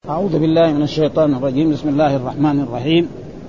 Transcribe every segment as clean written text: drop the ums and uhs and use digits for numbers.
أعوذ بالله من الشيطان الرجيم. بسم الله الرحمن الرحيم.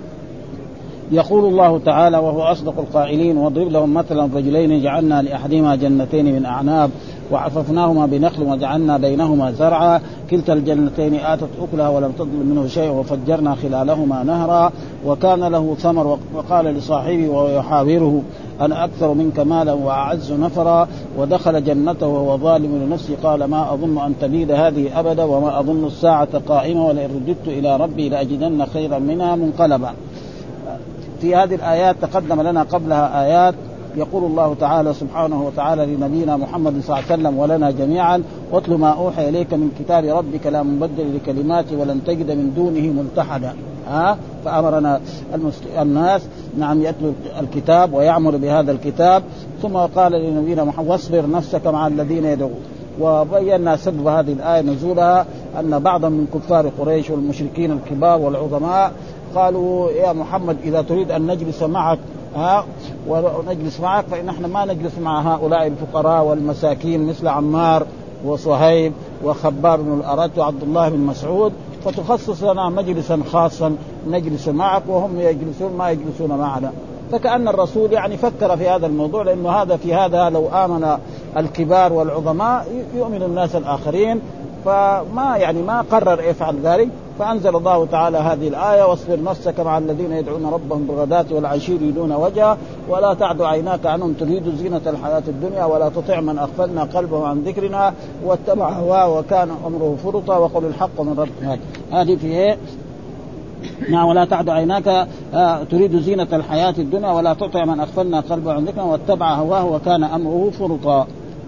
يقول الله تعالى وهو أصدق القائلين: واضرب لهم مثلا رجلين جعلنا لأحدهما جنتين من أعناب وحففناهما بنخل وجعلنا بينهما زرعا كلتا الجنتين آتت أكلها ولم تظلم منه شيء وفجرنا خلالهما نهرا وكان له ثمر وقال لصاحبه وهو يحاوره: أنا أكثر منك مالا وأعز نفرا ودخل جنته وهو ظالم لنفسه قال ما أظن أن تبيد هذه أبدا وما أظن الساعة قائمة ولئن رددت إلى ربي لأجدن خيرا منها منقلبا. في هذه الآيات تقدم لنا قبلها آيات يقول الله تعالى سبحانه وتعالى لنبينا محمد صلى الله عليه وسلم ولنا جميعا: واتل ما أوحي إليك من كتاب ربك لا مبدل لكلماته ولن تجد من دونه ملتحدا. فأمرنا الناس يتلو الكتاب ويعمل بهذا الكتاب. ثم قال لنبينا محمد: واصبر نفسك مع الذين يدعون. وبينا سبب هذه الآية نزولها أن بعضا من كفار قريش والمشركين الكبار والعظماء قالوا: يا محمد إذا تريد أن نجلس معك ونجلس معك فإن احنا ما نجلس مع هؤلاء الفقراء والمساكين مثل عمار وصهيب وخباب بن الأرت وعبد الله بن مسعود، فتخصص لنا مجلسا خاصا نجلس معك وهم يجلسون ما يجلسون معنا. فكأن الرسول فكر في هذا الموضوع، لأنه هذا في هذا لو آمن الكبار والعظماء يؤمن الناس الآخرين، فما ما قرر يفعل ذلك. فأنزل الله تعالى هذه الآية: واصبر نفسك مع الذين يدعون ربهم بالغداة والعشي يريدون وجهه ولا تعد عيناك عنهم تريد زينة الحياة الدنيا ولا تطع من أغفلنا قلبه عن ذكرنا واتبع هواه وكان أمره فرطا وقل الحق من ربك. هذه في ولا تعد عيناك تريد زينة الحياة الدنيا ولا تطع من أغفلنا قلبه عن ذكرنا واتبع هواه وكان أمره فرطا.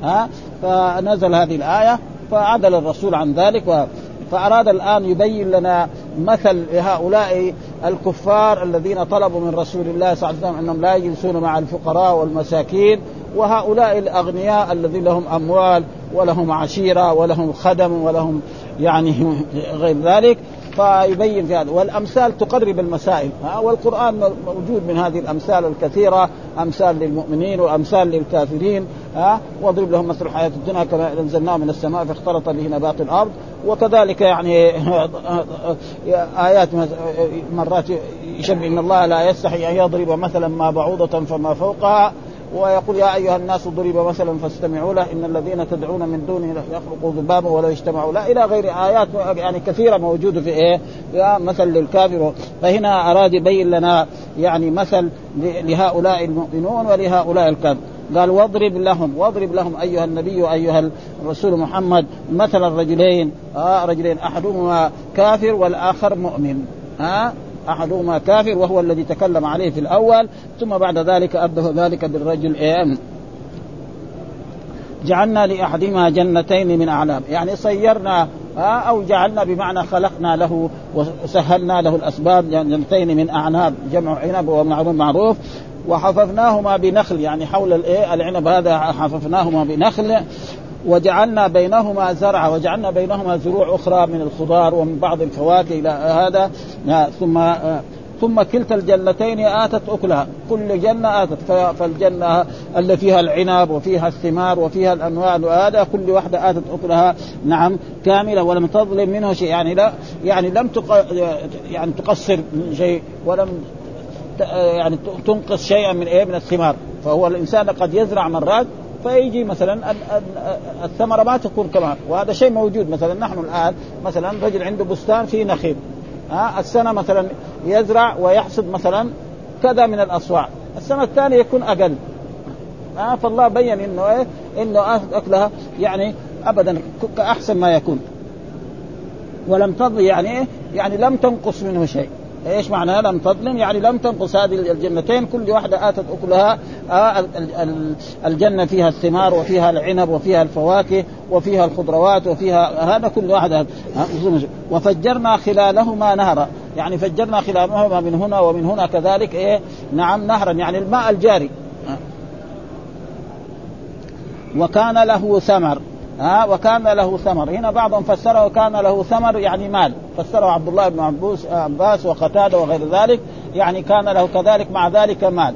فنزل هذه الآية فعدل الرسول عن ذلك، فأراد الآن يبين لنا مثل لهؤلاء الكفار الذين طلبوا من رسول الله صلى الله عليه وسلم أنهم لا يجلسون مع الفقراء والمساكين، وهؤلاء الأغنياء الذين لهم أموال ولهم عشيرة ولهم خدم ولهم غير ذلك. فيبين في هذا، والأمثال تقرب المسائل، والقرآن موجود من هذه الأمثال الكثيرة، أمثال للمؤمنين وأمثال للكافرين. واضرب لهم مثل الحياة الدنيا كما أنزلناه من السماء فاختلط به نبات الأرض. وكذلك آيات مرات يشبه إن الله لا يستحي أن يضرب مثلا ما بعوضة فما فوقها ويقول: يا أيها الناس ضرب مثلا فاستمعوا له إن الذين تدعون من دونه يخلقوا ذبابا ولا يجتمعوا له، إلى غير آيات كثيرة موجودة في مثل للكافر. فهنا أراد يبين لنا مثل لهؤلاء المؤمنون ولهؤلاء الكافر. قال: واضرب لهم أيها النبي أيها الرسول محمد مثل الرجلين رجلين أحدهما كافر والآخر مؤمن. أحدهما كافر وهو الذي تكلم عليه في الأول، ثم بعد ذلك أبدأ ذلك بالرجل جعلنا لأحدهما جنتين من أعناب، صيرنا أو جعلنا بمعنى خلقنا له وسهلنا له الأسباب. جنتين من أعناب جمع عنب ومعروف. وحففناهما بنخل، حول العنب هذا حففناهما بنخل. وجعلنا بينهما زرعا، وجعلنا بينهما زروع أخرى من الخضار ومن بعض الفواكه إلى هذا. ثم كلتا الجنتين آتت أكلها، كل جنة آتت. فالجنة اللي فيها العنب وفيها الثمار وفيها الأنواع وهذا كل واحدة آتت أكلها كاملة ولم تظلم منه شيء. لم تقصر من شيء ولم تنقص شيئا من الثمار. فهو الإنسان قد يزرع مرات فيجي مثلا الثمرة ما تكون كمان، وهذا شيء موجود. مثلا نحن الآن مثلا رجل عنده بستان فيه نخيل، السنة مثلا يزرع ويحصد مثلا كذا من الأصواع، السنة الثانية يكون أقل. فالله بين إنه أكلها أبدا كأحسن ما يكون ولم تظلم لم تنقص منه شيء. ايش معناها لم تظلم؟ لم تنقص هذه الجنتين، كل واحدة آتت أكلها. الجنة فيها الثمار وفيها العنب وفيها الفواكه وفيها الخضروات وفيها هذا كل واحدة. وفجرنا خلالهما نهرا، فجرنا خلالهما من هنا ومن هنا كذلك نهرا، الماء الجاري. وكان له ثمر، وكان له ثمر. هنا بعضهم فسره وكان له ثمر مال، فسره عبد الله بن عباس وقتادة وغير ذلك، كان له كذلك مع ذلك مال.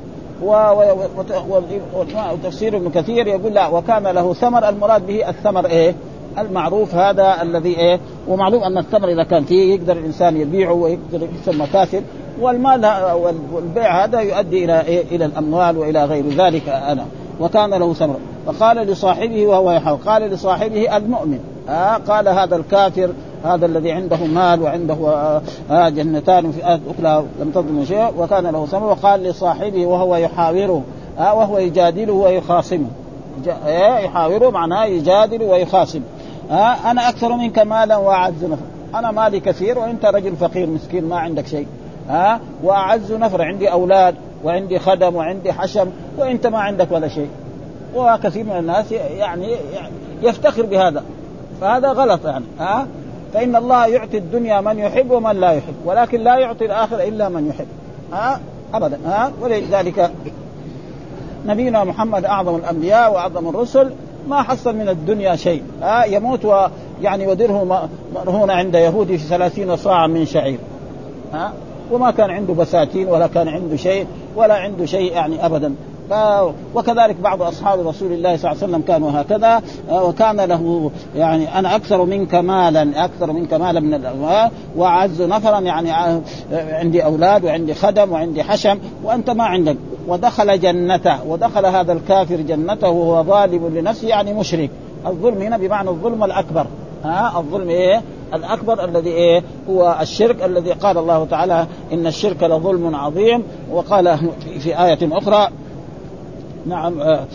وتفسير ابن كثير يقول لا، وكان له ثمر، المراد به الثمر المعروف هذا الذي إيه. ومعلوم أن التمر إذا كان فيه يقدر الإنسان يبيعه ويقدر يكسب مكاسب، والمال والبيع هذا يؤدي إلى إيه؟ إلى الأموال وإلى غير ذلك. وكان له ثمر. فقال لصاحبه وهو يحاول، قال لصاحبه المؤمن قال هذا الكافر هذا الذي عنده مال وعنده جنتان في أكلها لم تظلم شيء وكان له ثمر. وقال لصاحبه وهو يحاوره وهو يجادله ويخاصمه. يحاوره معناه يجادل ويخاصم. أنا أكثر منك مالا وأعز نفر، أنا مالي كثير وأنت رجل فقير مسكين ما عندك شيء. وأعز نفر، عندي أولاد وعندي خدم وعندي حشم وأنت ما عندك ولا شيء. وكثير من الناس يعني يفتخر بهذا، فهذا غلط يعني. فإن الله يعطي الدنيا من يحب ومن لا يحب، ولكن لا يعطي الآخرة إلا من يحب أبدا. ولذلك نبينا محمد أعظم الأنبياء وأعظم الرسل ما حصل من الدنيا شيء. يموت ويعني ودره مرهون عند يهودي في 30 صاعا من شعير. وما كان عنده بساتين ولا كان عنده شيء ولا عنده شيء يعني أبدا. وكذلك بعض أصحاب رسول الله صلى الله عليه وسلم كانوا هكذا. وكان له يعني أنا أكثر منك مالا من الأموال وأعز نفرا، يعني عندي أولاد وعندي خدم وعندي حشم وأنت ما عندك. ودخل جنته، ودخل هذا الكافر جنته وهو ظالم لنفسه يعني مشرك. الظلم هنا بمعنى الظلم الأكبر. الظلم إيه الأكبر الذي إيه هو الشرك، الذي قال الله تعالى إن الشرك لظلم عظيم. وقال في آية أخرى نعم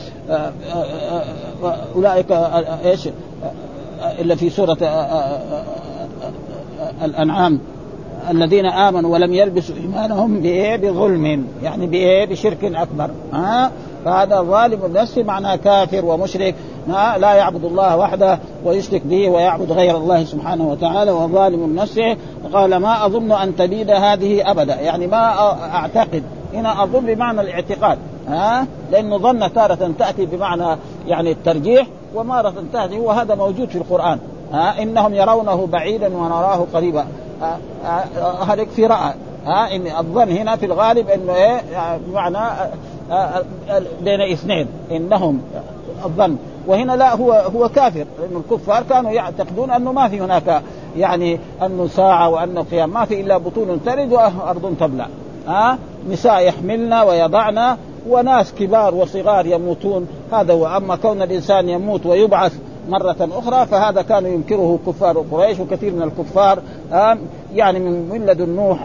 أولئك إيش إلا في سورة الأنعام الذين آمنوا ولم يلبسوا إيمانهم بظلم، يعني بشرك أكبر. فهذا ظالم نفسه معناه كافر ومشرك لا يعبد الله وحده ويشرك به ويعبد غير الله سبحانه وتعالى وظالم نفسه. قال ما أظن أن تبيد هذه أبدا، يعني ما أعتقد. هنا أظن بمعنى الاعتقاد، لأنه ظن تارة تأتي بمعنى يعني الترجيح ومارة تأتي، وهذا موجود في القرآن. إنهم يرونه بعيدا ونراه قريبا. هذا في رأى. إن الظن هنا في الغالب إنه بمعنى بين اثنين، إنهم الظن. وهنا لا، هو كافر، لأن الكفار كانوا يعتقدون أنه ما في هناك يعني أنه ساعة وأنه قيام، ما في إلا بطون تلد وأرض تبلع. نساء يحملنا ويضعنا وناس كبار وصغار يموتون، هذا هو. أما كون الإنسان يموت ويبعث مرة أخرى فهذا كانوا ينكره كفار قريش وكثير من الكفار، يعني من لدن نوح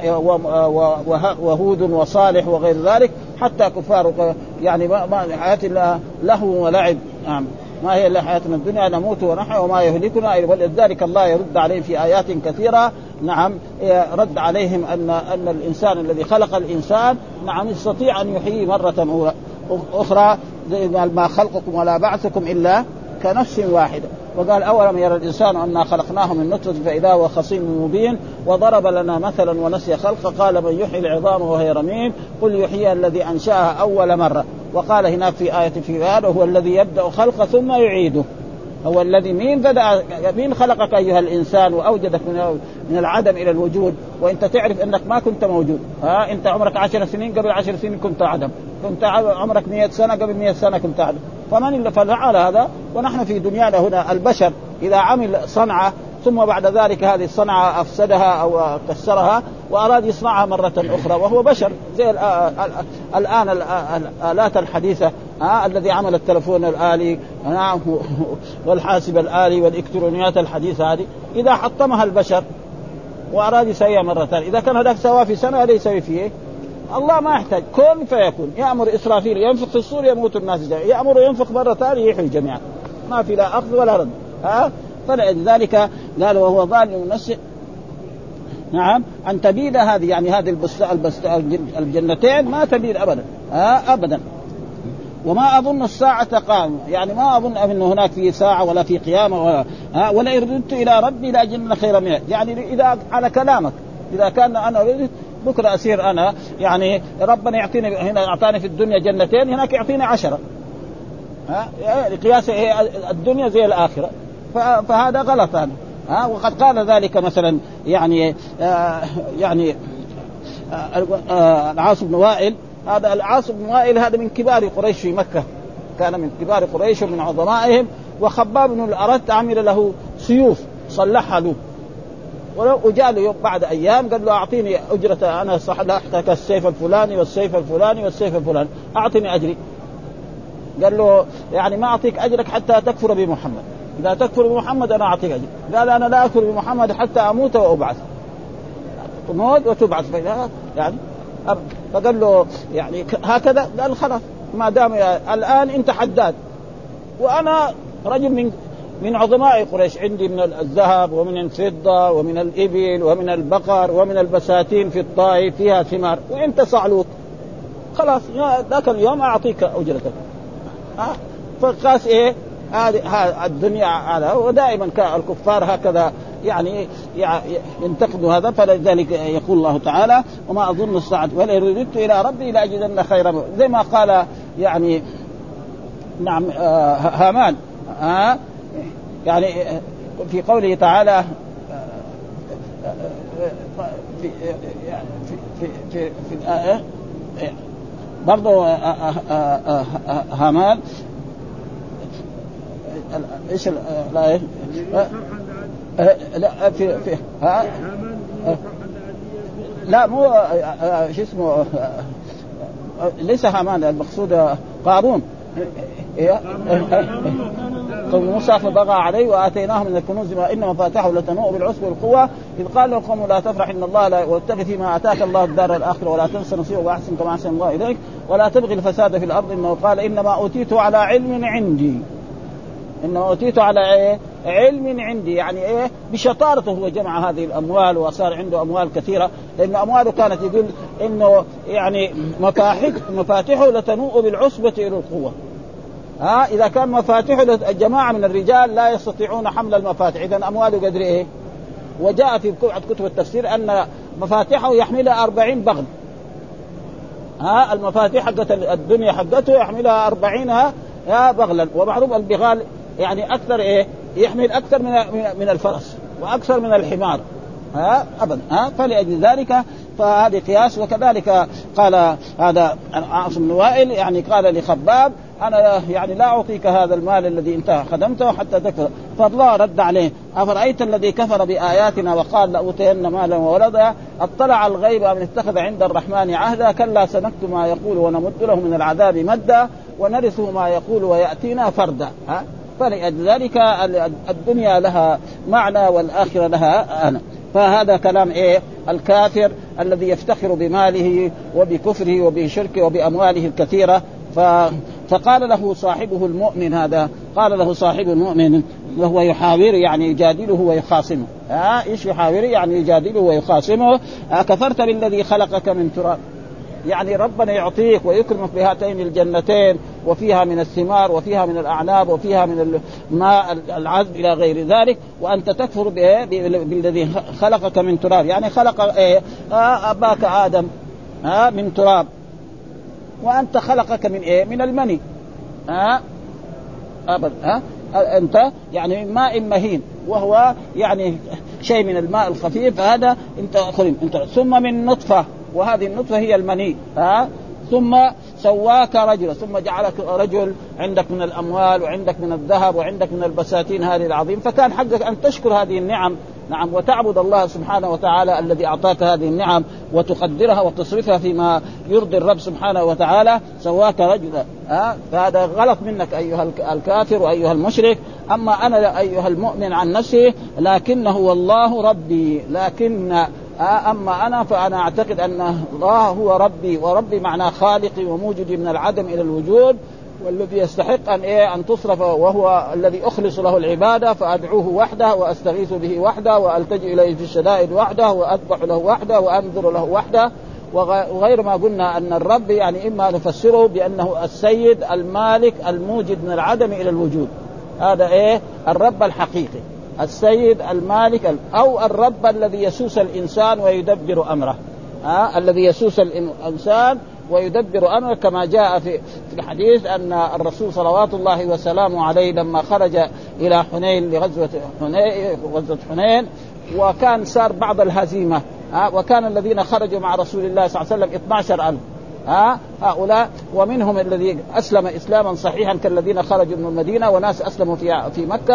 وهود وصالح وغير ذلك، حتى كفار يعني ما حياة له ولعب. ما هي إلا حياتنا الدنيا نموت ونحيا وما يهلكنا. ولذلك الله يرد عليهم في آيات كثيرة. نعم رد عليهم أن الإنسان الذي خلق الإنسان نعم يستطيع أن يحيي مرة أخرى، ما خلقكم ولا بعثكم إلا كنفس واحدة. وقال أولم يرى الإنسان أننا خلقناه من نطفة فإذا هو خصيم مبين. وضرب لنا مثلا ونسي خلقه قال من يحيي العظام وهي رميم قل يحييها الذي أنشأها أول مرة. وقال هناك في آية في هذا هو الذي يبدأ خلقه ثم يعيده. هو الذي مين خلقك أيها الإنسان وأوجدك من العدم إلى الوجود وأنت تعرف أنك ما كنت موجود. أنت عمرك 10 سنين، قبل 10 سنين كنت عدم، كنت عمرك 100 سنة، قبل 100 سنة كنت عدم. فمن اللي فعل هذا؟ ونحن في دنيانا هنا البشر إذا عمل صنعة ثم بعد ذلك هذه الصنعة أفسدها أو كسرها وأراد يصنعها مرة أخرى وهو بشر، زي الآن الآلات الحديثة الذي عمل التلفون الآلي والحاسب الآلي والإلكترونيات الحديثة هذه، إذا حطمها البشر وأراد يسويها مرة ثانية، إذا كان هذاك سواه في سنة هذا يسوي فيه. الله ما يحتاج، كن فيكون. يأمر إسرافيل ينفخ في الصور يموت الناس جميعا، يأمر ينفخ مرة ثانية يحيي الجميع، ما في لا أخذ ولا رد. فلذلك قال وهو ظالم نفسه. نعم أن تبيد هذه يعني هذه الجنتين ما تبيد أبدا أبدا. وما أظن الساعة قائمة، يعني ما أظن أن هناك في ساعة ولا في قيامة ولا رددت إلى ربي لأجدن خيرا منه. يعني إذا على كلامك إذا كان أنا رددت بكرة أسير أنا يعني ربنا يعطيني هنا أعطاني في الدنيا جنتين هناك يعطيني 10. قياس الدنيا زي الآخرة، فهذا غلط هذا. وقد قال ذلك مثلا يعني العاص بن وائل. هذا العاص بن وائل هذا من كبار قريش في مكة، كان من كبار قريش ومن عظمائهم. وخباب بن الأرت عمل له سيوف صلحها له، ولو وجاء له بعد أيام قال له أعطيني أجرة، أنا صلحتك السيف الفلاني والسيف الفلاني والسيف الفلاني، أعطيني أجري. قال له يعني ما أعطيك أجرك حتى تكفر بمحمد، إذا تكفر بمحمد أنا أعطيك أجر. قال أنا لا أكفر بمحمد حتى أموت وأبعث، تموت وتبعث يعني. فقال له يعني هكذا. قال خلاص ما دام الآن أنت حداد وأنا رجل من عظماء قريش، عندي من الذهب ومن الفضة ومن الإبل ومن البقر ومن البساتين في الطائف فيها ثمار، وأنت صعلوك، خلاص ذاك اليوم أعطيك أجرتك. فقاس إيه هذه الدنيا على، ودائما الكفار هكذا يعني ينتقدوا هذا. فلذلك يقول الله تعالى وما أظن الساعة ولا رددت إلى ربي لأجدن خيرا، زي ما قال يعني نعم هامان يعني في قوله تعالى في الآية برضو هامان ايش الآية؟ لا في لا مو شو اسمه، ليس هامان المقصود قارون. قوم موسى فبغى عليه وآتيناه من الكنوز ما إن مفاتحه لتنوء بالعصبة والقوة إذ قال له القوم لا تفرح إن الله لا وابتغ فيما آتاك الله الدار الآخرة ولا تنس نصيبك وأحسن كما أحسن الله إليك ولا تبغي الفساد في الأرض إنه قال إنما أوتيته على علم عندي. إنما أوتيته على علم عندي يعني إيه؟ بشطارته هو جمع هذه الأموال وصار عنده أموال كثيرة، لأن أمواله كانت يقول إنه يعني مفاتحه لتنوء بالعصبة إلى القوة. إذا كان مفاتيح الجماعة من الرجال لا يستطيعون حمل المفاتيح، إذن أمواله قدر إيه؟ وجاء في كتب التفسير أن مفاتيحه يحملها 40 بغل. المفاتيح حقت الدنيا حقته يحملها 40 بغلا، ومعروف البغال يعني أكثر إيه؟ يحمل أكثر من الفرس وأكثر من الحمار أبدا. فلأجل ذلك فهذه قياس. وكذلك قال هذا عاصم بن وائل يعني قال لخباب أنا يعني لا أعطيك هذا المال الذي أنت خدمته حتى تكفر. فالله رد عليه أفرأيت الذي كفر بآياتنا وقال لأوتين مالا وولدا أطلع الغيب أم اتخذ عند الرحمن عهدا كلا سنكتب ما يقول ونمد له من العذاب مدا ونرثه ما يقول ويأتينا فردا. فلذلك الدنيا لها معنى والآخرة لها أنا. فهذا كلام إيه الكافر الذي يفتخر بماله وبكفره وبشركه وبأمواله الكثيرة. فقال له صاحبه المؤمن، هذا قال له صاحب المؤمن وهو يحاور يعني يجادله ويخاصمه. إيش يحاور يعني يجادله ويخاصمه؟ كفرت بالذي خلقك من تراب، يعني ربنا يعطيك ويكرمك بهاتين الجنتين وفيها من الثمار وفيها من الأعناب وفيها من الماء العذب إلى غير ذلك، وأنت تكفر بالذي خلقك من تراب، يعني خلق أباك آدم من تراب، وأنت خلقك من إيه؟ من المني أبدا أنت يعني من ماء مهين وهو يعني شيء من الماء الخفيف، فهذا أنت ثم من نطفة وهذه النطفة هي المني ثم سواك رجلا ثم جعلك رجل عندك من الأموال وعندك من الذهب وعندك من البساتين هذه العظيم. فكان حقك أن تشكر هذه النعم نعم وتعبد الله سبحانه وتعالى الذي أعطاك هذه النعم وتقدرها وتصرفها فيما يرضي الرب سبحانه وتعالى. سواك رجلا فهذا غلط منك أيها الكافر وأيها المشرك. أما أنا أيها المؤمن عن نفسه لكنه والله ربي، لكن أما أنا فأنا أعتقد أن الله هو ربي، وربي معناه خالقي وموجدي من العدم إلى الوجود، والذي يستحق أن تصرف وهو الذي أخلص له العبادة، فأدعوه وحده وأستغيث به وحده وألتجئ إليه في الشدائد وحده وأذبح له وحده وأنذر له وحده. وغير ما قلنا أن الرب يعني إما نفسره بأنه السيد المالك الموجد من العدم إلى الوجود، هذا الرب الحقيقي السيد المالك، أو الرب الذي يسوس الإنسان ويدبر أمره، الذي يسوس الإنسان ويدبر أمره، كما جاء في الحديث أن الرسول صلوات الله وسلامه عليه لما خرج إلى حنين لغزوة حنين وكان صار بعض الهزيمة، وكان الذين خرجوا مع رسول الله صلى الله عليه وسلم 12,000 هؤلاء، ومنهم الذي أسلم إسلاما صحيحا كالذين خرجوا من المدينة، وناس أسلموا في مكة،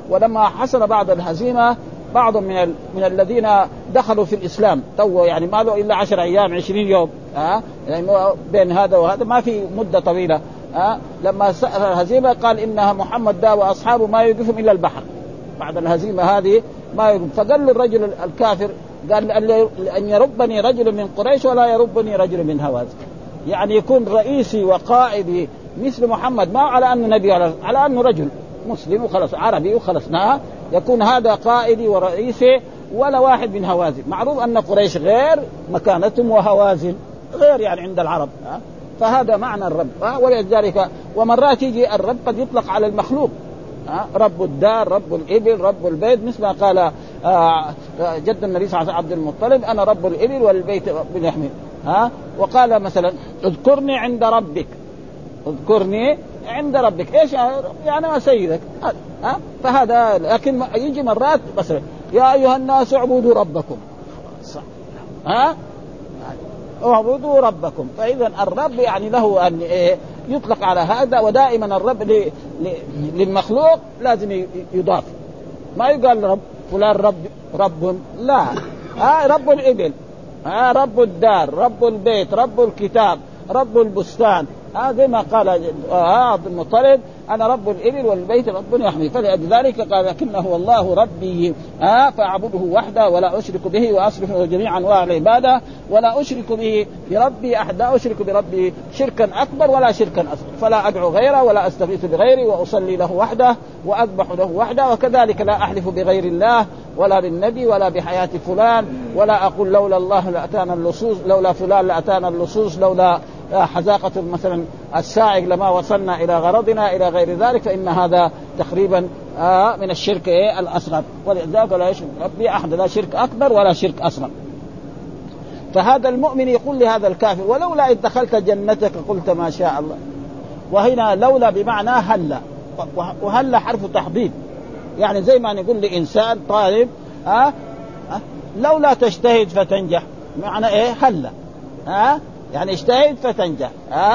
ولما حصل بعد الهزيمة بعض من الذين دخلوا في الإسلام تو يعني ما له إلا 10 أيام 20 يوم يعني بين هذا وهذا ما في مدة طويلة لما سأل الهزيمة قال إنها محمد دا وأصحابه ما يوقفهم إلا البحر بعد الهزيمة هذه ما يوقف. فقال له الرجل الكافر قال أن يربني رجل من قريش ولا يربني رجل من هوازن، يعني يكون رئيسي وقائدي مثل محمد ما على أنه نبي على أنه رجل مسلم وخلص عربي وخلص يكون هذا قائدي ورئيسي ولا واحد من هوازن. معروف أن قريش غير مكانتهم وهوازن غير يعني عند العرب فهذا معنى الرب ولذلك ومرات يجي الرب قد يطلق على المخلوق رب الدار رب الإبل رب البيت مثل ما قال جد النبي صلى الله عليه وسلم عبد المطلب أنا رب الإبل والبيت رب يحمل وقال مثلا اذكرني عند ربك اذكرني عند ربك ايش يعني ما سيدك فهذا. لكن يجي مرات مثلا يا أيها الناس اعبدوا ربكم اعبدوا ربكم. فإذا الرب يعني له أن يطلق على هذا ودائما الرب للمخلوق لازم يضاف ما يقال رب فلان رب لا رب الإبل رب الدار رب البيت رب الكتاب رب البستان زي ما قال عبد المطلب أنا رب الإبل والبيت رب يحمي. فلذلك قال لكنه هو الله ربي فأعبده وحده ولا أشرك به وأصرف جميع أنواع العبادة ولا أشرك به بربي أحد لا أشرك بربي شركا أكبر ولا شركا أصغر فلا أدعو غيره ولا أستغيث بغيره وأصلي له وحده وأذبح له وحده وكذلك لا أحلف بغير الله ولا بالنبي ولا بحياة فلان ولا أقول لولا الله لأتانا اللصوص لولا فلان لأتانا اللصوص لولا حذاقة مثلا السائق لما وصلنا إلى غرضنا إلى غير ذلك فإن هذا تقريبا من الشرك الأصغر. ولذلك لا يشرك ربي أحد لا شرك أكبر ولا شرك أصغر. فهذا المؤمن يقول لهذا الكافر ولولا إذ دخلت جنتك قلت ما شاء الله. وهنا لولا بمعنى هلا وهلا حرف تحضيض يعني زي ما نقول لإنسان طالب لولا تجتهد فتنجح معنى إيه هلا يعني اجتهد فتنجح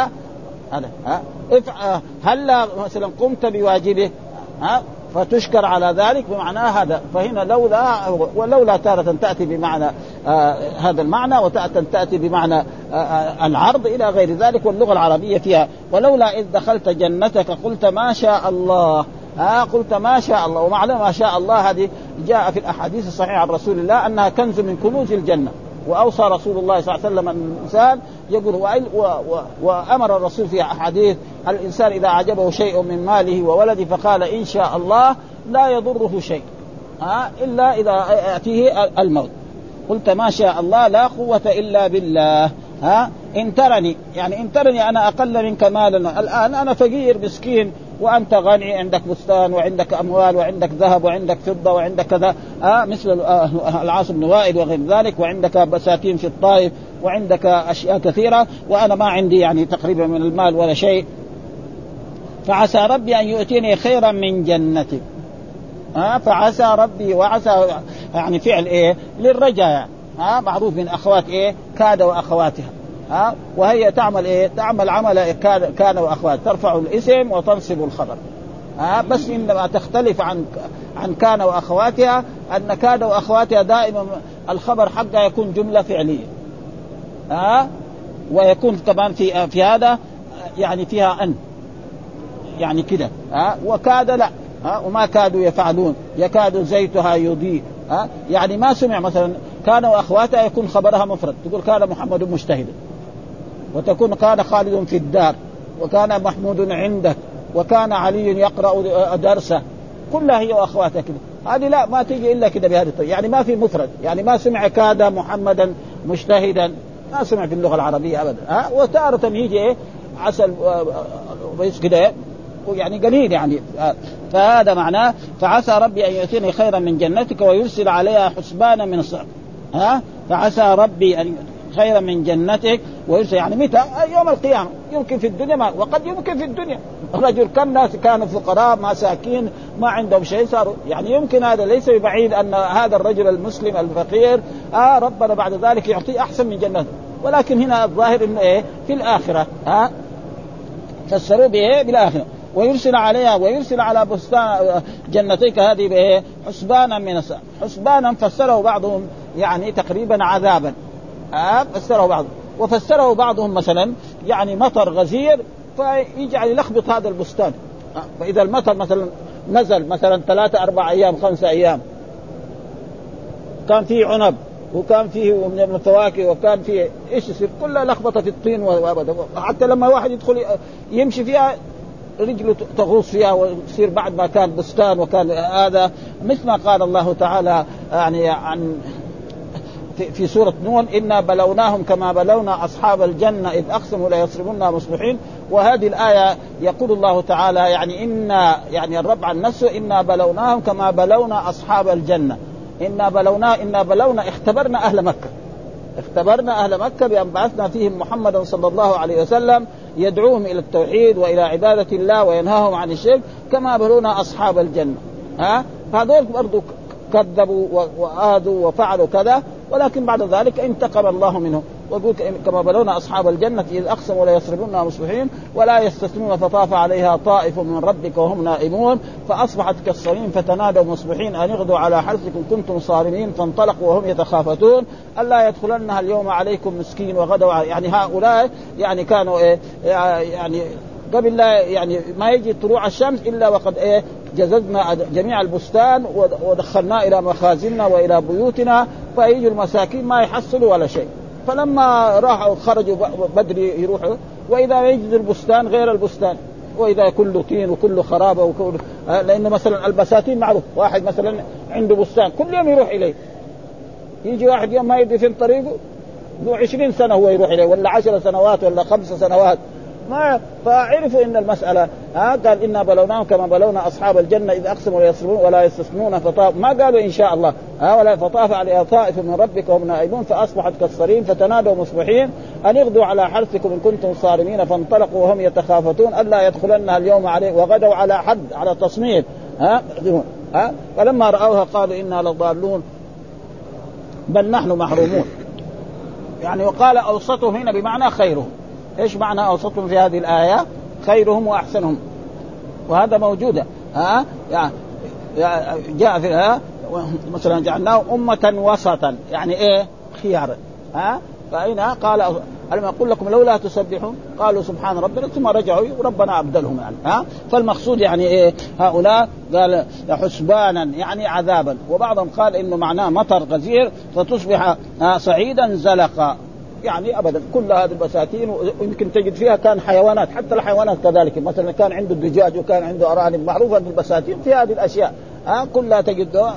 هلا مثلا قمت بواجبه فتشكر على ذلك بمعنى هذا. فهنا لولا ولولا تارة تأتي بمعنى هذا المعنى وتارة تأتي بمعنى العرض إلى غير ذلك واللغة العربية فيها. ولولا إذ دخلت جنتك قلت ما شاء الله قلت ما شاء الله. ومعنى ما شاء الله هذه جاء في الأحاديث الصحيحة عن رسول الله أنها كنز من كنوز الجنة. وأوصى رسول الله صلى الله عليه وسلم أن الإنسان يقول وأمر الرسول في أحاديث الإنسان إذا أعجبه شيء من ماله وولده فقال إن شاء الله لا يضره شيء إلا إذا يأتيه الموت قلت ما شاء الله لا قوة إلا بالله إن ترني يعني إن ترني أنا أقل منك مالا الآن أنا فقير مسكين وأنت غني عندك بستان وعندك أموال وعندك ذهب وعندك فضة وعندك كذا مثل العاص بن وائل وغير ذلك وعندك بساتين في الطائف وعندك أشياء كثيرة وأنا ما عندي يعني تقريبا من المال ولا شيء فعسى ربي أن يؤتيني خيرا من جنتك فعسى ربي وعسى يعني فعل إيه للرجاء معروف من أخوات إيه كاد وأخواتها وهي تعمل إيه تعمل عمل كان وأخوات ترفع الاسم وتنصب الخبر بس إنما تختلف عن كان وأخواتها أن كان وأخواتها دائما الخبر حقها يكون جملة فعلية ويكون كمان في هذا يعني فيها أن يعني كده وكاد لا وما كادوا يفعلون يكاد زيتها يضيء يعني ما سمع مثلا كان وأخواتها يكون خبرها مفرد تقول كان محمد مجتهدا وتكون كان خالد في الدار وكان محمود عندك وكان علي يقرأ درسه كلها هي وأخواتها كده هذه لا ما تيجي إلا كده بهذه الطريقة يعني ما في مفرد يعني ما سمع كاد محمدا مجتهدا ما سمع في اللغة العربية أبدا وتارة يجي إيه عسل رئيس كده يعني قليل يعني فهذا معناه فعسى ربي أن يأتيني خيرا من جنتك ويرسل عليها حسبانا من الصعب فعسى ربي أن خيرا من جنتك ويرسل يعني متى يوم القيامة يمكن في الدنيا ما وقد يمكن في الدنيا رجل كم ناس كانوا فقراء مساكين ما عندهم شيء صاروا يعني يمكن هذا ليس بعيد أن هذا الرجل المسلم الفقير ربنا بعد ذلك يعطيه أحسن من جنته ولكن هنا الظاهر إنه إيه في الآخرة فسروا به بالآخرة ويرسل عليها ويرسل على بستان جنتيك هذه بإيه؟ حسبانا من السماء. حسبانا فسره بعضهم يعني تقريبا عذابا، فسره بعضهم، وفسره بعضهم مثلا يعني مطر غزير فيجعل يلخبط هذا البستان. فإذا المطر مثلا نزل مثلا 3 4 أيام 5 أيام كان فيه عنب وكان فيه من الفواكه وكان فيه إيش يصير كلها لخبطة في الطين، وأبدا حتى لما واحد يدخل يمشي فيها رجله تغوص فيها ويصير بعد ما كان بستان وكان هذا. مثل ما قال الله تعالى يعني عن في سورة نون: إنا بلوناهم كما بلونا أصحاب الجنة إذ أقسموا لا يصرمونها مصبحين. وهذه الآية يقول الله تعالى يعني إنا يعني الرب عن نفسه: إنا بلوناهم كما بلونا أصحاب الجنة. إنا بلونا اختبرنا أهل مكة، اختبرنا أهل مكة بأن بعثنا فيهم محمدا صلى الله عليه وسلم يدعوهم إلى التوحيد وإلى عبادة الله وينهاهم عن الشرك كما بلونا أصحاب الجنة. فهذول برضو كذبوا وآذوا وفعلوا كذا، ولكن بعد ذلك انتقم الله منهم. ويقول كما بلونا أصحاب الجنة إذ أقسموا لا يصرمونها مصبحين ولا يستثنون فطاف عليها طائف من ربك وهم نائمون فأصبحت كالصريم فتنادوا مصبحين أن اغدوا على حرثكم كنتم صارمين فانطلقوا وهم يتخافتون ألا يدخلنها اليوم عليكم مسكين وغدوا يعني هؤلاء يعني كانوا يعني قبل لا يعني ما يجي طلوع الشمس إلا وقد جززنا جميع البستان ودخلنا إلى مخازننا وإلى بيوتنا، فيجوا المساكين ما يحصلوا ولا شيء. فلما راحوا خرجوا بدري يروحوا وإذا يجد البستان غير البستان، وإذا كله طين وكله خرابة وكله لأنه مثلا البساتين معروف، واحد مثلا عنده بستان كل يوم يروح إليه، يجي واحد يوم ما يدري فين طريقه له 20 سنة هو يروح إليه ولا 10 سنوات ولا 5 سنوات ما. فعرفوا إن المسألة قال إنا بلوناهم كما بلونا أصحاب الجنة إذ أقسموا لا يصرمون ولا يستثنون فطاف، ما قالوا إن شاء الله ولا فطاف عليها طائف من ربك وهم نائمون فأصبحت كالصريم فتنادوا مصبحين أن اغدوا على حرثكم إن كنتم صارمين فانطلقوا وهم يتخافتون ألا يدخلنها اليوم عليه وغدوا على حد على تصميم فلما رأوها قالوا إنا لضالون بل نحن محرومون. يعني وقال أوسطهم هنا بمعنى خيرهم. إيش معنى أوسطهم في هذه الآية؟ خيرهم وأحسنهم، وهذا موجودة يعني جاء فيها مثلا جعلناه أمة وسطا يعني إيه خيار فأين قال ألم أقول لكم لولا تسبحون قالوا سبحان ربنا ثم رجعوا وربنا أبدلهم يعني فالمقصود يعني إيه هؤلاء قال حسبانا يعني عذابا، وبعضهم قال إنه معناه مطر غزير فتصبح صعيدا زلقا يعني أبدا كل هذه البساتين ويمكن تجد فيها كان حيوانات، حتى الحيوانات كذلك مثلا كان عنده الدجاج وكان عنده أرانب معروفة بالبساتين في هذه الأشياء كلها تجدها.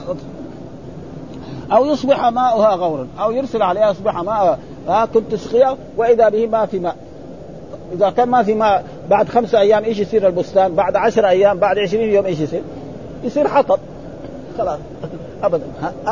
أو يصبح ماؤها غورا أو يرسل عليها يصبح ماؤها كنت تسقيها وإذا به ما في ماء. إذا كان ما في ماء بعد 5 أيام إيش يصير البستان؟ بعد 10 أيام بعد 20 يوم إيش يصير؟ يصير حطب خلاص أبدا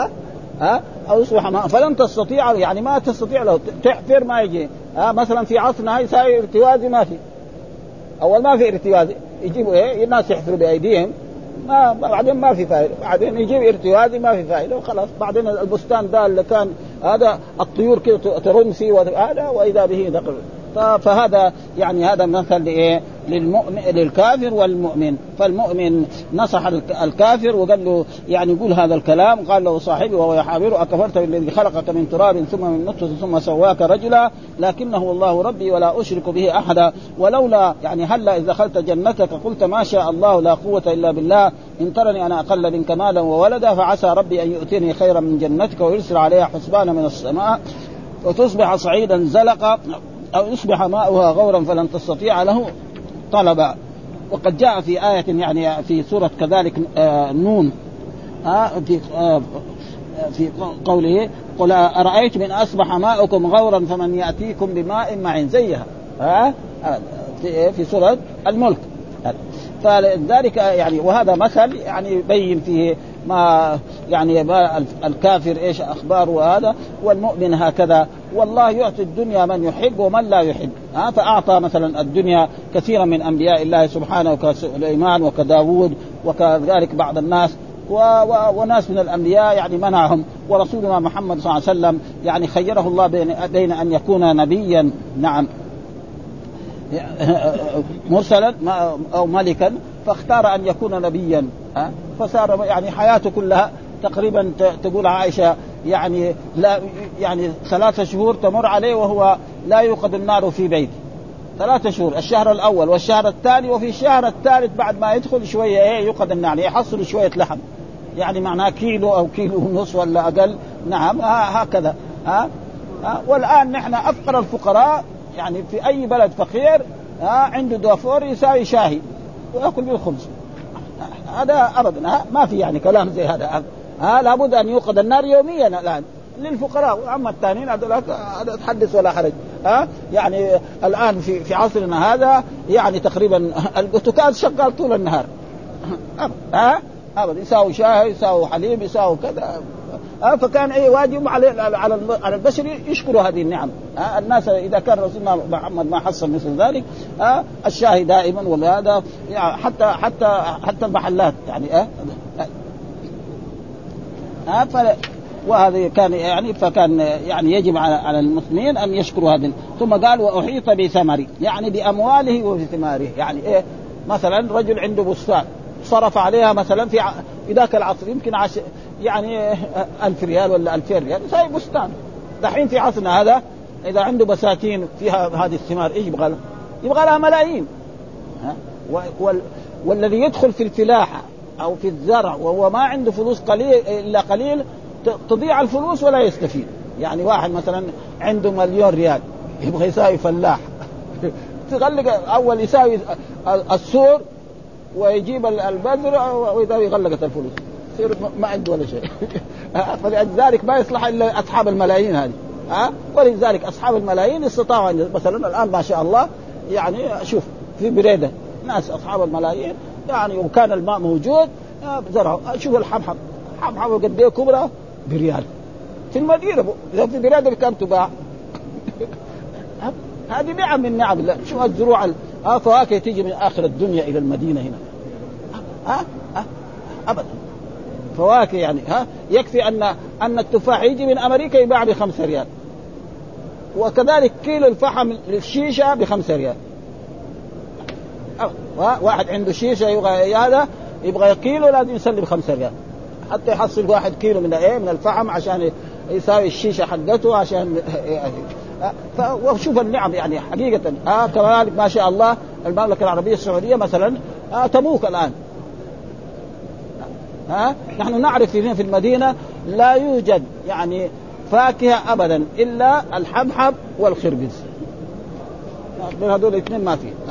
أو يصبح ماء فلن تستطيع يعني ما تستطيع له تحفر ما يجي مثلا في عصرنا يساوي ارتوازي ما في أول ما في ارتوازي يجيبوا الناس يحفروا بأيديهم بعدين ما في فائدة، بعدين يجيب ارتوازي ما في فائدة وخلاص. بعدين البستان ده اللي كان هذا الطيور كده ترن فيه وهذا وإذا به دقل. فهذا يعني هذا مثل للمؤمن للكافر والمؤمن. فالمؤمن نصح الكافر وقال له يعني يقول هذا الكلام، قال له صاحبه وهو يحاوره أكفرت بالذي خلقك من تراب ثم من نطفة ثم سواك رجلا لكنه الله ربي ولا أشرك به أحدا ولولا يعني هلا إذا دخلت جنتك قلت ما شاء الله لا قوة إلا بالله إن ترني أنا أقل منك مالا وولدا فعسى ربي أن يؤتيني خيرا من جنتك ويرسل عليها حسبانا من السماء وتصبح صعيدا زلقا أو يصبح ماؤها غورا فلن تستطيع له طلبا. وقد جاء في آية يعني في سورة كذلك نون في قوله قل أرأيتم إن أصبح ماؤكم غورا فمن يأتيكم بماء معين زيها في سورة الملك. فلذلك يعني وهذا مثل يعني يبين فيه ما يعني ما الكافر ايش اخباره وهذا والمؤمن هكذا. والله يعطي الدنيا من يحب ومن لا يحب فاعطى مثلا الدنيا كثيرا من انبياء الله سبحانه كسليمان وكداود وكذلك بعض الناس وناس من الانبياء يعني منعهم. ورسولنا محمد صلى الله عليه وسلم يعني خيره الله بين ان يكون نبيا نعم مرسلا أو ملكا، فاختار أن يكون نبيا، فصار يعني حياته كلها تقريبا تقول عائشة يعني لا يعني 3 شهور تمر عليه وهو لا يوقد النار في بيته. 3 شهور، الشهر الأول والشهر الثاني، وفي الشهر الثالث بعد ما يدخل شوية يوقد النار، يحصل شوية لحم، يعني معناه كيلو أو كيلو ونص ولا أقل. نعم هكذا. والآن نحن أفقر الفقراء يعني في أي بلد فقير عنده دافور يساوي شاهي ويأكل بالخبز. هذا أبدا ما في يعني كلام زي هذا. لابد أن يوقد النار يوميا الآن للفقراء، أما الثانيين هذا تحدث ولا حرج. يعني الآن في عصرنا هذا يعني تقريبا البوتقال شغال طول النهار. أبدا يساوي شاي يساوي حليب يساوي كذا. فكان واجب على البشر يشكروا هذه النعم. الناس إذا كان رسولنا محمد ما حصل مثل ذلك الشاهي دائما وهذا يعني حتى المحلات يعني وهذا كان يعني فكان يعني يجب على المسلمين أن يشكروا هذا. ثم قال وأحيط بثمره يعني بأمواله وبثماره. يعني مثلا رجل عنده بستان صرف عليها مثلا في ذاك العصر يمكن يعني 1000 ريال ولا 2000 ريال زي بستان. دحين في عصرنا هذا إذا عنده بساتين فيها هذه الثمار إيش يبغى لها ملايين. والذي يدخل في الفلاحة أو في الزرع وهو ما عنده فلوس إلا قليل تضيع الفلوس ولا يستفيد. يعني واحد مثلا عنده 1,000,000 ريال يبغى يساوي فلاح تغلق أول يساوي السور ويجيب البذر وإذا غلقت الفلوس يصير ما عنده ولا شيء. فلذلك ما يصلح إلا أصحاب الملايين هذه. ولذلك أصحاب الملايين استطاعوا مثلا الآن ما شاء الله يعني شوف في بريدة ناس أصحاب الملايين يعني وكان الماء موجود زرعوا. شوف الحمحم قد ايه كبرى بريال في المدينة. إذا في بريدة بكم تباع؟ هذه نعم من نعم الله. شو الزروع فواكه تيجي من آخر الدنيا إلى المدينة هنا. أبدا فواكه يعني يكفي أن التفاح يجي من أمريكا يباع ب5 ريال، وكذلك كيلو الفحم للشيشة ب5 ريال. واحد عنده شيشة يبغى كيلو لازم يسلم 5 ريال حتى يحصل 1 كيلو من الفحم عشان يساوي الشيشة حقته عشان وشوف النعم يعني حقيقة. كذلك ما شاء الله المملكة العربية السعودية مثلا تبوك الآن. نحن نعرف في المدينة لا يوجد يعني فاكهة أبدا إلا الحبحب والخربز. هذول الاثنين ما فيه.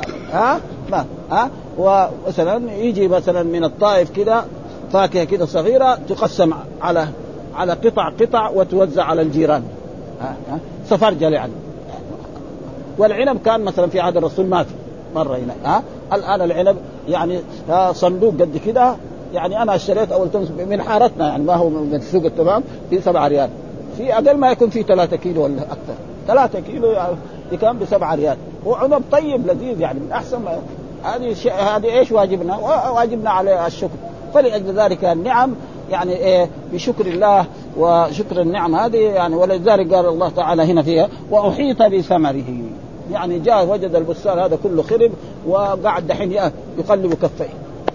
ومثلا يجي مثلا من الطائف كده فاكهة كده صغيرة تقسم على قطع وتوزع على الجيران. سفرجل يعني. والعنب كان مثلا في عهد الرسول ما في مرة هنا. الآن العنب يعني صندوق قد كده. يعني أنا اشتريت أول تمس من حارتنا يعني ما هو من السوق التمام في 7 ريال. في أقل ما يكون في 3 كيلو ولا أكثر. 3 كيلو يعني كان ب7 ريال. هو عنب طيب لذيذ يعني من أحسن. هذه إيش واجبنا؟ واجبنا على الشكر. فلأجل ذلك النعم يعني بشكر الله وشكر النعم هذه يعني. ولذلك قال الله تعالى هنا فيها وأحيط بثمره. يعني جاء وجد البستان هذا كله خرب وقعد دحين يقلب كفيه.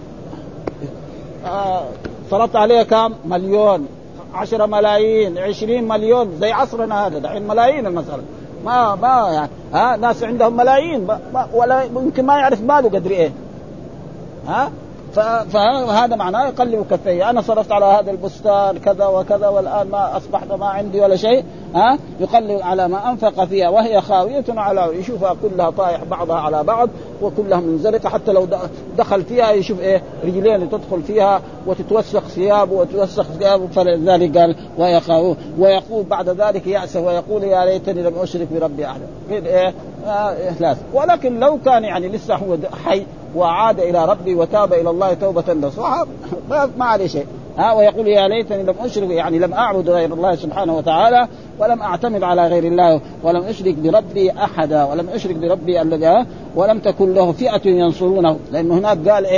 صرفت عليه كم مليون 10 ملايين 20 مليون زي عصرنا هذا دحين ملايين المسألة ما يعني ناس عندهم ملايين ولا ممكن ما يعرف ماله قدر ايه. فهذا معناه يقلب كفيه. أنا صرفت على هذا البستان كذا وكذا والآن ما أصبحت ما عندي ولا شيء. يقلب على ما أنفق فيها وهي خاوية على يشوفها كلها طايح بعضها على بعض وكلها منزلقة. حتى لو دخل فيها يشوف رجلين تدخل فيها وتتوسخ ثيابه وتتوسخ ثيابه. فلذلك قال وهي خاوية. ويقول بعد ذلك يأسف ويقول يا ليتني لم أشرك بربي أحدا. ولكن لو كان يعني لسه هو حي وعاد إلى ربي وتاب إلى الله توبة نصوحا ما عليه شيء. ويقول يا ليتني لم أشرك يعني لم أعبد غير الله سبحانه وتعالى ولم أعتمد على غير الله ولم أشرك بربي أحدا ولم أشرك بربي الذي ولم تكن له فئة ينصرونه. لأنه هناك قال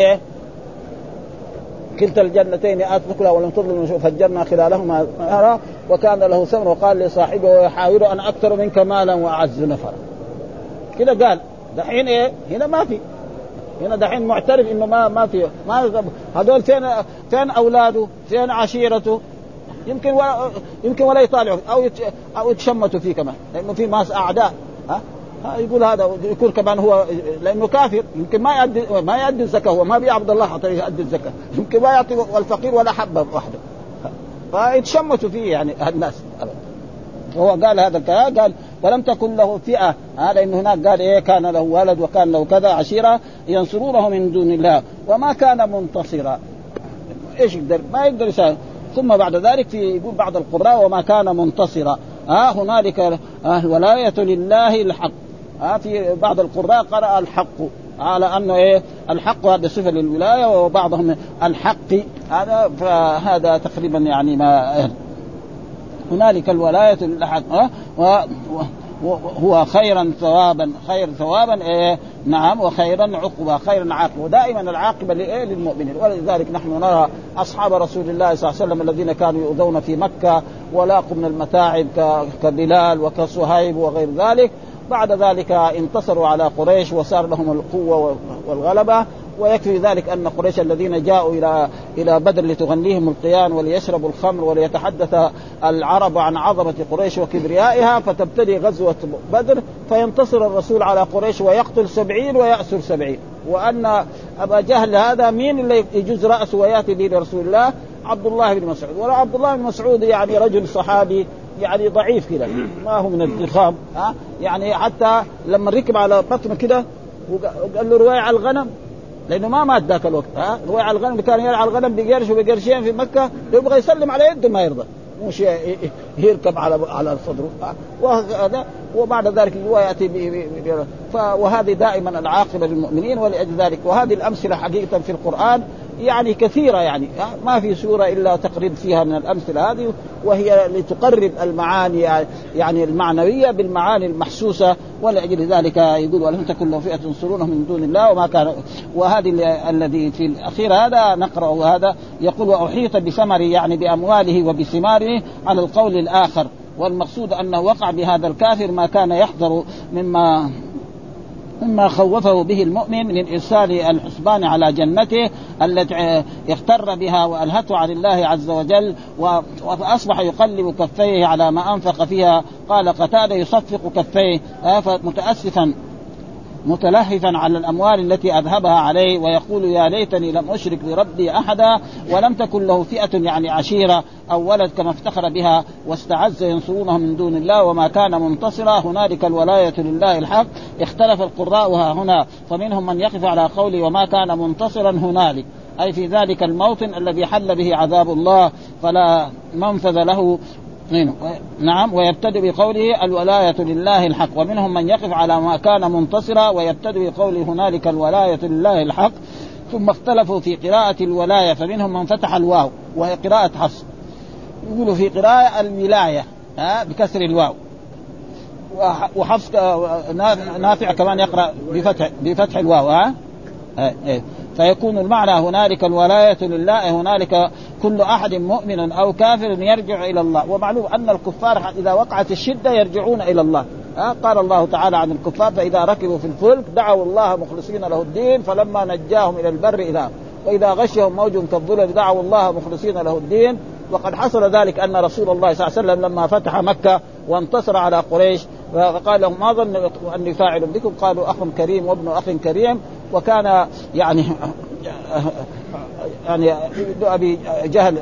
كلتا الجنتين آتت ولم تظلم فجرنا خلالهما نهرا وكان له ثمر وقال لصاحبه ويحاور أن أكثر منك مالا وأعز نفرا. كده قال دحين إيه هنا ما في، هنا دحين معترف إنه ما في، ما هذول فين أولاده، فين عشيرته، يمكن ولا يطالعوا أو يتشمتوا فيه كمان، لأنه في ناس أعداء يقول هذا يكون كمان هو لأنه كافر، يمكن ما يؤدي الزكاة، هو ما بيعبد الله حتى يؤدي الزكاة، يمكن ما يعطي الفقير ولا حبة واحدة، فيتشمتوا فيه يعني الناس. وهو قال هذا الكلام، قال ولم تكن له فئة، لأنه هناك قال إيه كان له ولد وكان له كذا عشيرة ينصرونه من دون الله وما كان منتصرا. إيش يقدر؟ ما يقدر يساعد. ثم بعد ذلك يقول بعض القراء وما كان منتصرا، هنالك الولاية لله الحق. في بعض القراء قرأ الحق على أنه إيه الحق، هذا صفة للولاية، وبعضهم الحق، فهذا تقريبا يعني ما هنالك الولاية للحق. وهو خيرا ثوابا، خير ثوابا إيه نعم، وخيرا عقبا، خيرا عاقبا، ودائما العاقبة للمؤمنين. ولذلك نحن نرى أصحاب رسول الله صلى الله عليه وسلم الذين كانوا يؤذون في مكة ولاقوا من المتاعب كبلال وكصهيب وغير ذلك، بعد ذلك انتصروا على قريش وصار لهم القوة والغلبة. ويكفي ذلك أن قريش الذين جاءوا إلى بدر لتغنيهم القيان وليشربوا الخمر وليتحدث العرب عن عظمة قريش وكبريائها، فتبتدي غزوة بدر فينتصر الرسول على قريش ويقتل 70 ويأسر 70. وأن أبا جهل هذا مين اللي يجوز رأسه ويأتي به لرسول الله؟ عبد الله بن مسعود. ولا عبد الله بن مسعود يعني رجل صحابي يعني ضعيف كده، ما هو من الضخام، يعني حتى لما ركب على بطنه كده وقال له رواية على الغنم، لأنه ما مات ذاك الوقت، رواية على الغنم، كان يرعى الغنم بقرش وبقرشين في مكة، يبغى يسلم على يده ما يرضى، مش يركب على صدره، وهذا. وبعد ذلك هو يأتي وهذه دائما العاقبة للمؤمنين. ولأجل ذلك وهذه الأمثلة حقيقة في القرآن يعني كثيرة، يعني ما في سورة إلا تقريب فيها من الأمثلة هذه، وهي لتقرب المعاني يعني المعنوية بالمعاني المحسوسة. ولأجل ذلك يقول ولم تكن له فئة تنصرونه من دون الله وما كان. وهذه الذي في الأخير هذا نقرأه، هذا يقول وأحيط بثمره يعني بأمواله وبثماره على القول الآخر، والمقصود أنه وقع بهذا الكافر ما كان يحذر مما خوفه به المؤمن من إرسال الحسبان على جنته التي اغتر بها وألهته عن الله عز وجل، وأصبح يقلب كفيه على ما أنفق فيها. قال قتادة يصفق كفيه متأسفا متلهفا على الأموال التي أذهبها عليه، ويقول يا ليتني لم أشرك بربي أحدا ولم تكن له فئة يعني عشيرة أو ولد كما افتخر بها واستعز ينصرونه من دون الله وما كان منتصرا. هنالك الولاية لله الحق. اختلف القراء هنا، فمنهم من يقف على قوله وما كان منتصرا هنالك، أي في ذلك الموطن الذي حل به عذاب الله فلا منفذ له. نعم، ويبتدئ بقوله الولاية لله الحق. ومنهم من يقف على ما كان منتصرا ويبتدئ بقوله هنالك الولاية لله الحق. ثم اختلفوا في قراءة الولاية، فمنهم من فتح الواو وهي قراءة حفص، يقولوا في قراءة الولاية بكسر الواو، وحفص نافع كمان يقرأ بفتح الواو فيكون المعنى هنالك الولاية لله، هنالك كل أحد مؤمن أو كافر يرجع إلى الله. ومعلوم أن الكفار إذا وقعت الشدة يرجعون إلى الله. قال الله تعالى عن الكفار فإذا ركبوا في الفلك دعوا الله مخلصين له الدين فلما نجاهم إلى البر وإذا غشهم موج كالظلل دعوا الله مخلصين له الدين. وقد حصل ذلك أن رسول الله صلى الله عليه وسلم لما فتح مكة وانتصر على قريش فقال لهم ما ظن أني فاعل بكم؟ قالوا أخ كريم وابن أخ كريم. وكان يعني أبي جهل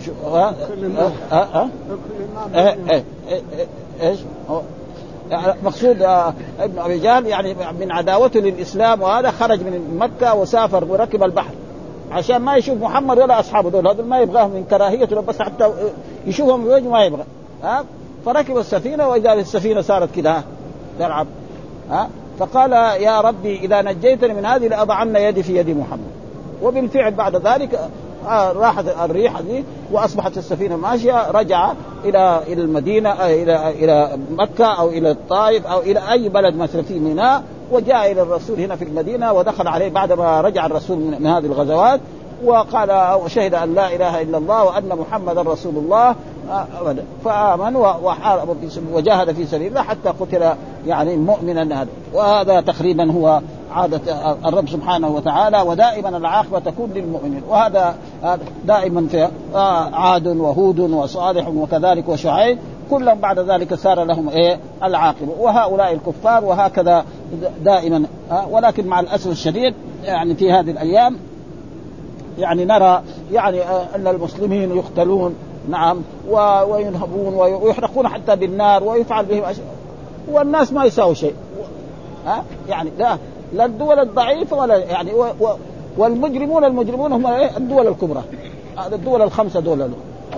إيش مقصود ابن أبي جهل يعني من عداوته للإسلام، وهذا خرج من مكة وسافر وركب البحر عشان ما يشوف محمد ولا أصحابه دول، هذول ما يبغاهم من كراهيته، بس حتى يشوفهم بوجه ما يبغى. فركب السفينة وإذا السفينة صارت كده تلعب. فقال يا ربي إذا نجيتني من هذه لأضعن يدي في يد محمد. وبالفعل بعد ذلك راحت الريح دي وأصبحت السفينة ماشية، رجع إلى المدينة إلى مكة أو إلى الطائف أو إلى أي بلد مثلا في ميناء، وجاء إلى الرسول هنا في المدينة ودخل عليه بعدما رجع الرسول من هذه الغزوات، وقال وشهد أن لا إله إلا الله وأن محمد رسول الله. أبدا. فآمن وحارب وجاهد في سبيل الله حتى قتل يعني مؤمنا. هذا وهذا تقريبا هو عادة الرب سبحانه وتعالى، ودائما العاقبة تكون للمؤمنين. وهذا دائما في عاد وهود وصالح وكذلك وشعيب كلهم بعد ذلك صار لهم العاقبة، وهؤلاء الكفار وهكذا دائما. ولكن مع الأسف الشديد يعني في هذه الأيام يعني نرى يعني أن المسلمين يقتلون نعم وينهبون ويحرقون حتى بالنار ويفعل بهم أشياء، والناس ما يساوي شيء. يعني لا الدول الضعيفة ولا يعني والمجرمون هم الدول الكبرى، هذا الدول الخمسة دول.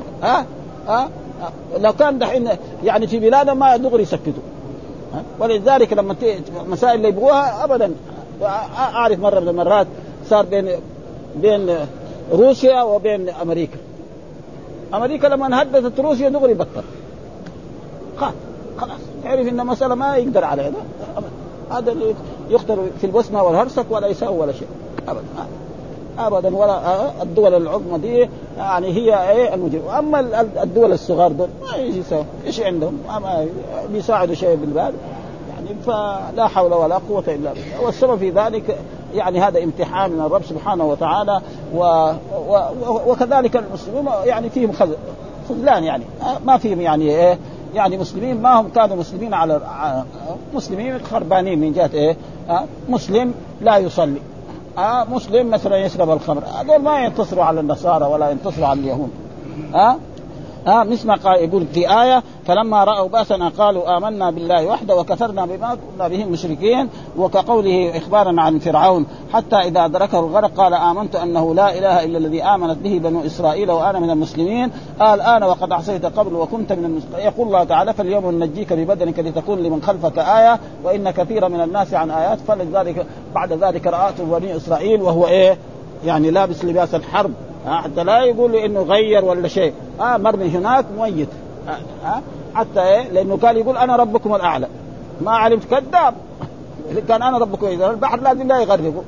لو كان دحين يعني في بلادنا ما دغري يسكتوا. ولذلك لما مسائل اللي يبغوها أبدا. أعرف مرة من المرات صار بين روسيا وبين أمريكا لما انهددت روسيا دغري بطل، خلاص يعرف إن مسألة ما يقدر عليها. هذا اللي يقتل في البوسنة والهرسك ولا يساوي ولا شيء أبدا. ولا الدول العظمى دي يعني هي المجرم. أما الدول الصغار دول ما يساوي إيش عندهم، ما بيساعدوا شيء بالبال يعني. فلا حول ولا قوة إلا بالله. والسبب في ذلك يعني هذا امتحان من الرب سبحانه وتعالى. وكذلك المسلمين يعني فيهم خذلان، يعني ما فيهم يعني يعني مسلمين ما هم كانوا مسلمين على مسلمين خربانين من جهة مسلم لا يصلي، مسلم مثلا يشرب الخمر، هذول ما ينتصروا على النصارى ولا ينتصروا على اليهود. مثل ما قال يقول في آية فلما رأوا بأسنا قالوا آمنا بالله وحده وكفرنا بما كنا به مشركين. وكقوله إخبارا عن فرعون حتى إذا أدركه الغرق قال آمنت أنه لا إله إلا الذي آمنت به بنو إسرائيل وأنا من المسلمين. الآن وقد عصيت قبل وكنت من المسلمين. يقول الله تعالى فاليوم ننجيك ببدنك لتكون لمن خلفك آية وإن كثيرا من الناس عن آيات. فلذلك بعد ذلك رأته بني إسرائيل وهو يعني لابس لباس الحرب، حتى لا يقول إنه غير ولا شيء، مرمي هناك ميت، حتى لأنه قال يقول أنا ربكم الأعلى، ما علمت كذاب، كان أنا ربكم إذا البحر لازم لا يغرقه.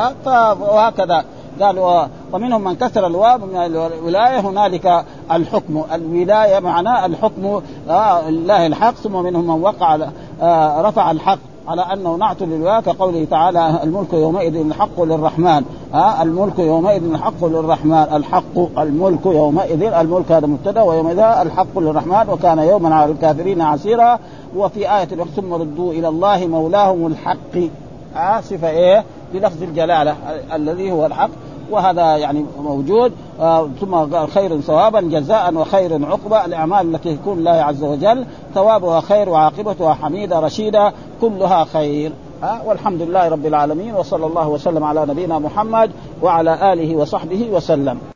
وهكذا قال ومنهم من كسر الواو من الولاية هنالك الحكم. الولاية معناه الحكم الله الحق. ثم منهم من وقع رفع الحق على أنه نعت للولاية كقوله تعالى الملك يومئذ الحق للرحمن. الملك يومئذ الحق للرحمن. الحق الملك يومئذ، الملك هذا مبتدا، ويومئذ الحق للرحمن وكان يوما على الكافرين عسيرا. وفي آية ثم ردوا إلى الله مولاهم الحق، صفة بلفظ الجلالة الذي هو الحق. وهذا يعني موجود. ثم قال خير ثوابا جزاء وخير عقبة. الأعمال التي يكون الله عز وجل ثوابها خير وعاقبتها حميدة رشيدة كلها خير. والحمد لله رب العالمين، وصلى الله وسلم على نبينا محمد وعلى آله وصحبه وسلم.